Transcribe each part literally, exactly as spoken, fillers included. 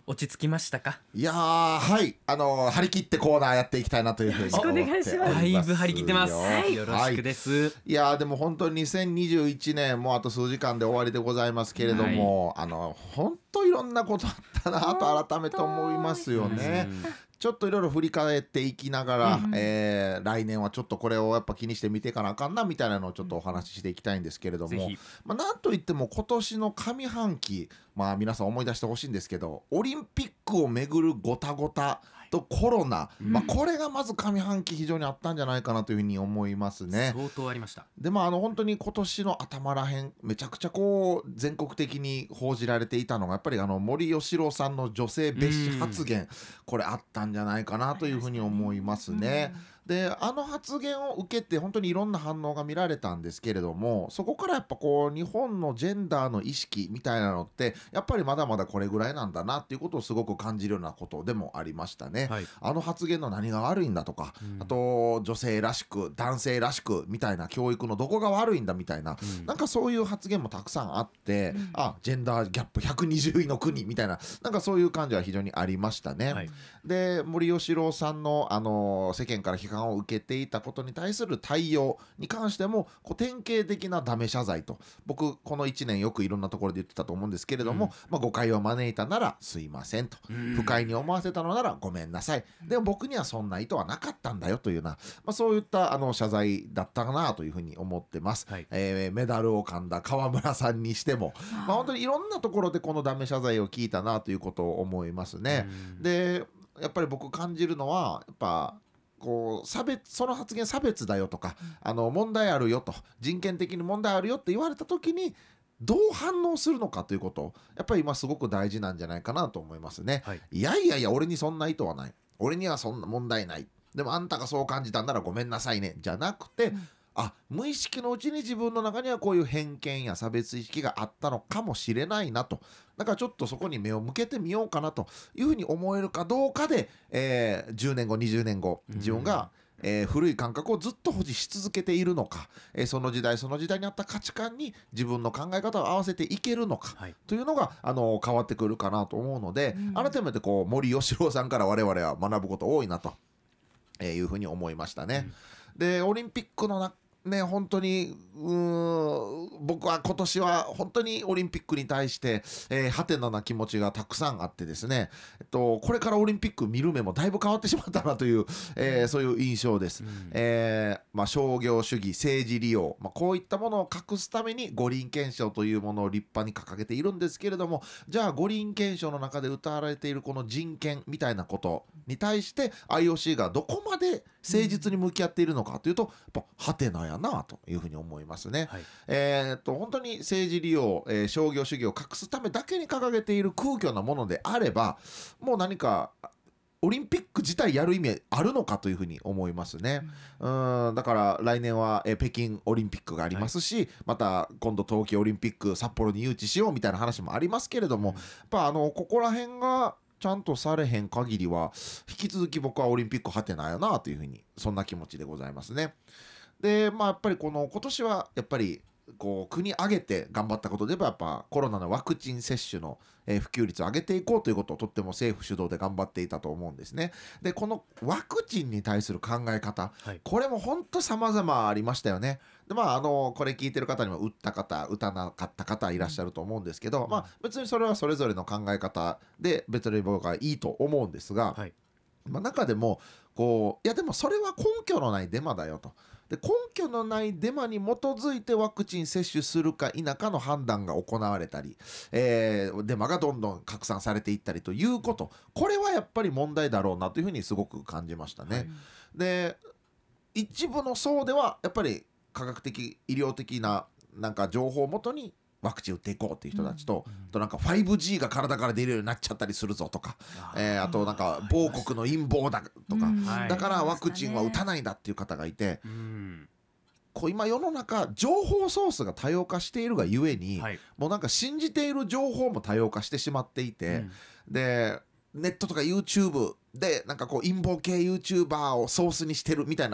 落ち着きましたか？ いやー、はい、あのー張り切ってコーナーやっていきたいなというふうに思っておりますよ。 だいぶ張り切ってます、 はい、 よろしくです、 いやーでも本当ににせんにじゅういちねんもうあと数時間で終わりでございますけれども、はい、あの本当いろんなことあったなと改めて思いますよね。ちょっといろいろ振り返っていきながら、うん、えー、来年はちょっとこれをやっぱ気にして見ていかなあかんなみたいなのをちょっとお話ししていきたいんですけれども、まあ、なんといっても今年の上半期、まあ、皆さん思い出してほしいんですけど、オリンピックをめぐるごたごたとコロナ、うん、まあ、これがまず上半期非常にあったんじゃないかなというふうに思いますね。 相当ありました。 でまあ、あの本当に今年の頭らへんめちゃくちゃこう全国的に報じられていたのがやっぱりあの森喜朗さんの女性蔑視発言、これあったんじゃないかなというふうに思いますね。であの発言を受けて本当にいろんな反応が見られたんですけれども、そこからやっぱこう日本のジェンダーの意識みたいなのってやっぱりまだまだこれぐらいなんだなっていうことをすごく感じるようなことでもありましたね、はい、あの発言の何が悪いんだとか、うん、あと女性らしく男性らしくみたいな教育のどこが悪いんだみたいな、うん、なんかそういう発言もたくさんあって、うん、あジェンダーギャップひゃくにじゅういの国みたいな、なんかそういう感じは非常にありましたね、はい、で森喜朗さんの、あの世間から批判を受けていたことに対する対応に関してもこう典型的なダメ謝罪と、僕このいちねんよくいろんなところで言ってたと思うんですけれども、うん、まあ、誤解を招いたならすいませんと、うん、不快に思わせたのならごめんなさい、でも僕にはそんな意図はなかったんだよというような、まあ、そういったあの謝罪だったかなというふうに思ってます、はい、えー、メダルを噛んだ川村さんにしても、まあ、本当にいろんなところでこのダメ謝罪を聞いたなということを思いますね、うん、でやっぱり僕感じるのはやっぱこう差別、その発言差別だよとか、あの問題あるよと、人権的に問題あるよって言われた時にどう反応するのかということやっぱり今すごく大事なんじゃないかなと思いますね、はい、いやいやいや俺にそんな意図はない、俺にはそんな問題ない、でもあんたがそう感じたんならごめんなさいねじゃなくて、うん、あ無意識のうちに自分の中にはこういう偏見や差別意識があったのかもしれないなと、だからちょっとそこに目を向けてみようかなというふうに思えるかどうかで、えー、じゅうねんごにじゅうねんご自分が、えー、古い感覚をずっと保持し続けているのか、えー、その時代その時代にあった価値観に自分の考え方を合わせていけるのか、はい、というのがあの変わってくるかなと思うので、うん、改めてこう森喜朗さんから我々は学ぶこと多いなと、えー、いうふうに思いましたね、うん、でオリンピックの中ね、本当にうーん僕は今年は本当にオリンピックに対して、えー、ハテナな気持ちがたくさんあってですね、えっと、これからオリンピック見る目もだいぶ変わってしまったなという、えー、そういう印象です、うん、えーまあ、商業主義政治利用、まあ、こういったものを隠すために五輪憲章というものを立派に掲げているんですけれども、じゃあ五輪憲章の中で謳われているこの人権みたいなことに対して アイオーシー がどこまで誠実に向き合っているのかというと、やっぱハテナやなというふうに思いますね、はい、えー、っと本当に政治利用、えー、商業主義を隠すためだけに掲げている空虚なものであれば、もう何かオリンピック自体やる意味あるのかというふうに思いますね、うん、うんだから来年は、えー、北京オリンピックがありますし、はい、また今度冬季オリンピック札幌に誘致しようみたいな話もありますけれども、うん、やっぱあのここら辺がちゃんとされへん限りは引き続き僕はオリンピックはてなよなというふうにそんな気持ちでございますね。でまあやっぱりこの今年はやっぱりこう国挙げて頑張ったことで言えばやっぱコロナのワクチン接種のえー普及率を上げていこうということをとっても政府主導で頑張っていたと思うんですね。でこのワクチンに対する考え方、はい、これも本当様々ありましたよね。でまああのこれ聞いてる方にも打った方打たなかった方いらっしゃると思うんですけど、うん、まあ別にそれはそれぞれの考え方で別に僕はいいと思うんですが、はい、まあ、中でもこういやでもそれは根拠のないデマだよと。で根拠のないデマに基づいてワクチン接種するか否かの判断が行われたり、えー、デマがどんどん拡散されていったりということ、これはやっぱり問題だろうなというふうにすごく感じましたね、はい、で一部の層ではやっぱり科学的医療的ななんか情報をもとにワクチン打っていこうっていう人たちと、うん、となんか ファイブジー が体から出るようになっちゃったりするぞとか、あ,、えー、あとなんか某国の陰謀だとか、うん、だからワクチンは打たないんだっていう方がいて、うん、こう今世の中情報ソースが多様化しているがゆえに、はい、もうなんか信じている情報も多様化してしまっていて、うん、でネットとか YouTube でなんかこう陰謀系 YouTuber をソースにしてるみたいな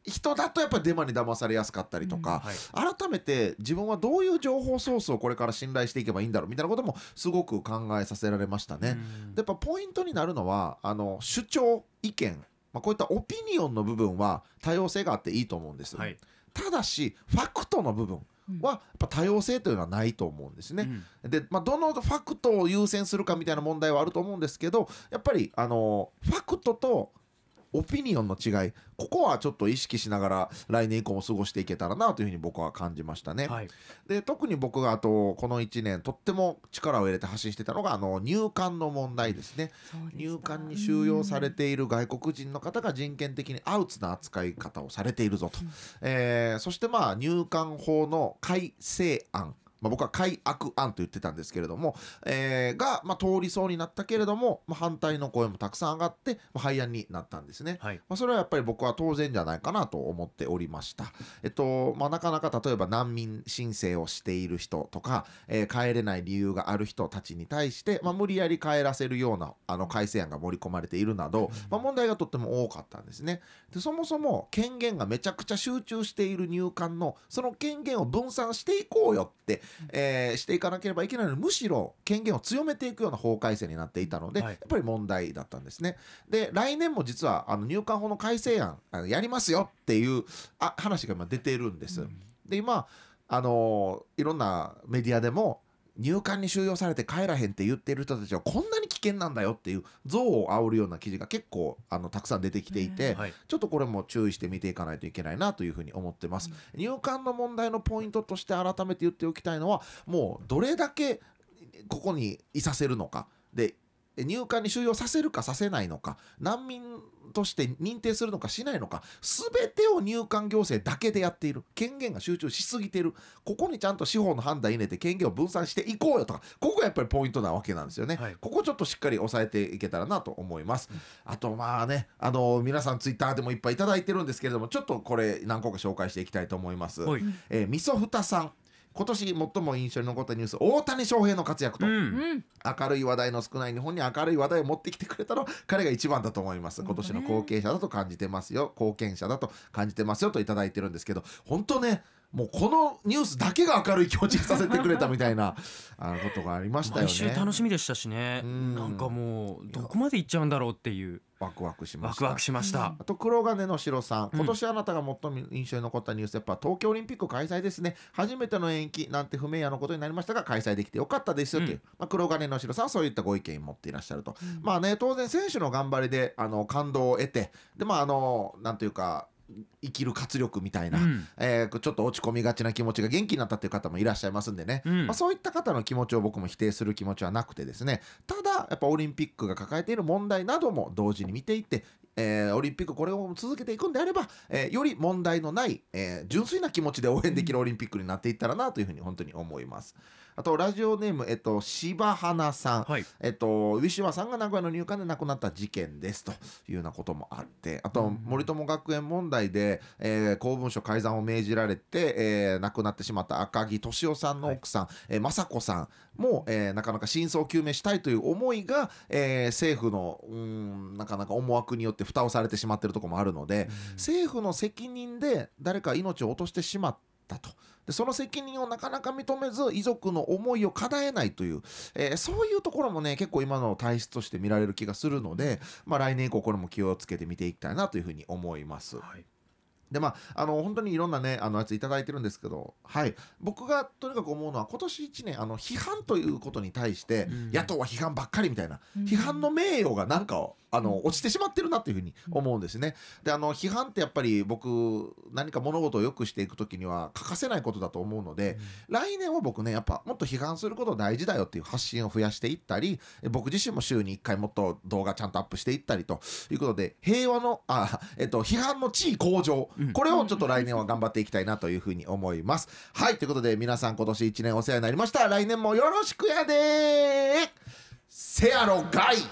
人だとやっぱりデマに騙されやすかったりとか、 はい改めて自分はどういう情報ソースをこれから信頼していけばいいんだろうみたいなこともすごく考えさせられましたね。 うんでやっぱポイントになるのはあの主張意見、まあ、こういったオピニオンの部分は多様性があっていいと思うんです、 はいただしファクトの部分はやっぱ多様性というのはないと思うんですね。 うんで、まあ、どのファクトを優先するかみたいな問題はあると思うんですけど、やっぱりあのファクトとオピニオンの違い、ここはちょっと意識しながら来年以降も過ごしていけたらなというふうに僕は感じましたね。 はいで特に僕があとこのいちねんとっても力を入れて発信してたのがあの入管の問題ですね。入管に収容されている外国人の方が人権的にアウツな扱い方をされているぞと、えーそしてまあ入管法の改正案、まあ、僕は改悪案と言ってたんですけれども、えーが、まあ、通りそうになったけれども、まあ、反対の声もたくさん上がって、まあ、廃案になったんですね。 はいまあ、それはやっぱり僕は当然じゃないかなと思っておりました。えっとまあ、なかなか例えば難民申請をしている人とか、えー帰れない理由がある人たちに対して、まあ、無理やり帰らせるようなあの改正案が盛り込まれているなど、まあ、問題がとっても多かったんですね。でそもそも権限がめちゃくちゃ集中している入管のその権限を分散していこうよって、えーしていかなければいけないのに、むしろ権限を強めていくような法改正になっていたので、 はいやっぱり問題だったんですね。で来年も実はあの入管法の改正案あのやりますよっていうあ話が今出ているんです。で今あのいろんなメディアでも入管に収容されて帰らへんって言っている人たちはこんなに危険なんだよっていう憎悪を煽るような記事が結構あのたくさん出てきていて、 はいちょっとこれも注意して見ていかないといけないなというふうに思ってます。入管の問題のポイントとして改めて言っておきたいのは、もうどれだけここにいさせるのかで、入管に収容させるかさせないのか、難民として認定するのかしないのか、全てを入管行政だけでやっている、権限が集中しすぎている、ここにちゃんと司法の判断入れて権限を分散していこうよとか、ここがやっぱりポイントなわけなんですよね。 はい、 ここちょっとしっかり押さえていけたらなと思います。あとまあね、あの皆さんツイッターでもいっぱいいただいてるんですけれども、ちょっとこれ何個か紹介していきたいと思います。 はいえー、みそふたさん、今年最も印象に残ったニュース、大谷翔平の活躍と、 うん明るい話題の少ない日本に明るい話題を持ってきてくれたのは彼が一番だと思います。今年の貢献者だと感じてますよ、貢献者だと感じてますよといただいてるんですけど、本当ね、もうこのニュースだけが明るい気持ちにさせてくれたみたいなあのことがありましたよね。 毎週楽しみでしたしね。 うんなんかもうどこまで行っちゃうんだろうっていうワクワクしました。 ワクワクしましたあと黒金の城さん、 うん今年あなたが最も印象に残ったニュース、やっぱ東京オリンピック開催ですね。初めての延期なんて不明瞭なことになりましたが開催できてよかったですよっていう、 うんまあ、黒金の城さんはそういったご意見を持っていらっしゃると、まあね、当然選手の頑張りであの感動を得て、でまああのなんていうか生きる活力みたいな、 うんえーちょっと落ち込みがちな気持ちが元気になったっていう方もいらっしゃいますんでね、 うんまあ、そういった方の気持ちを僕も否定する気持ちはなくてですね、ただやっぱオリンピックが抱えている問題なども同時に見ていって、えーオリンピックこれを続けていくんであれば、えーより問題のない、えー純粋な気持ちで応援できるオリンピックになっていったらなというふうに本当に思います。あとラジオネーム、えっと、柴花さん、 はいえっと、ウィシュワさんが名古屋の入管で亡くなった事件ですというようなこともあって、あと森友学園問題で、えー公文書改ざんを命じられて、えー亡くなってしまった赤木俊夫さんの奥さん、えー雅子さんも、えーなかなか真相究明したいという思いが、えー政府のうーんなかなか思惑によって蓋をされてしまっているところもあるので、政府の責任で誰か命を落としてしまったと。でその責任をなかなか認めず遺族の思いを叶えないという、えーそういうところもね結構今の体質として見られる気がするので、まあ、来年以降これも気をつけて見ていきたいなというふうに思います。 はいでまあ、あの本当にいろんなねあのやついただいてるんですけど、はい、僕がとにかく思うのは今年いちねんあの批判ということに対して、 うん野党は批判ばっかりみたいな、 うん批判の名誉がなんかあの落ちてしまってるなというふうに思うんですね。であの批判ってやっぱり僕何か物事を良くしていくときには欠かせないことだと思うので、来年は僕ねやっぱもっと批判すること大事だよっていう発信を増やしていったり、え僕自身も週にいっかいもっと動画ちゃんとアップしていったりということで、平和のあ、えっと、批判の地位向上、 うんこれをちょっと来年は頑張っていきたいなというふうに思います。はいということで皆さん今年いちねんお世話になりました。来年もよろしくやでー。せやろがい。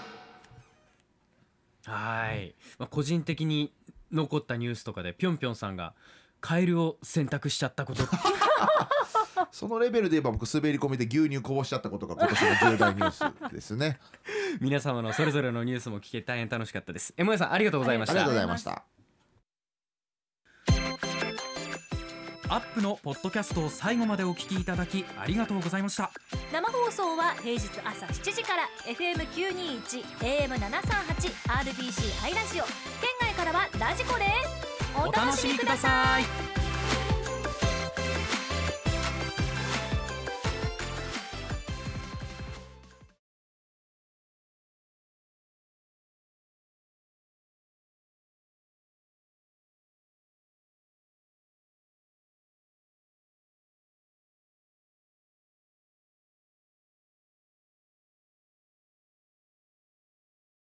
はい、まあ、個人的に残ったニュースとかでぴょんぴょんさんがカエルを選択しちゃったことそのレベルで言えば僕滑り込みで牛乳こぼしちゃったことが今年の重大ニュースですね。 皆様のそれぞれのニュースも聞けて大変楽しかったです。エムエーさんありがとうございましありがとうた。 ございました。 アップのポッドキャストを最後までお聞きいただきありがとうございました。 生放送は平日朝しちじから エフエムきゅうにいち エーエムななさんはち アールビーシー ハイラジオ、県外からはラジコです。 お楽しみください。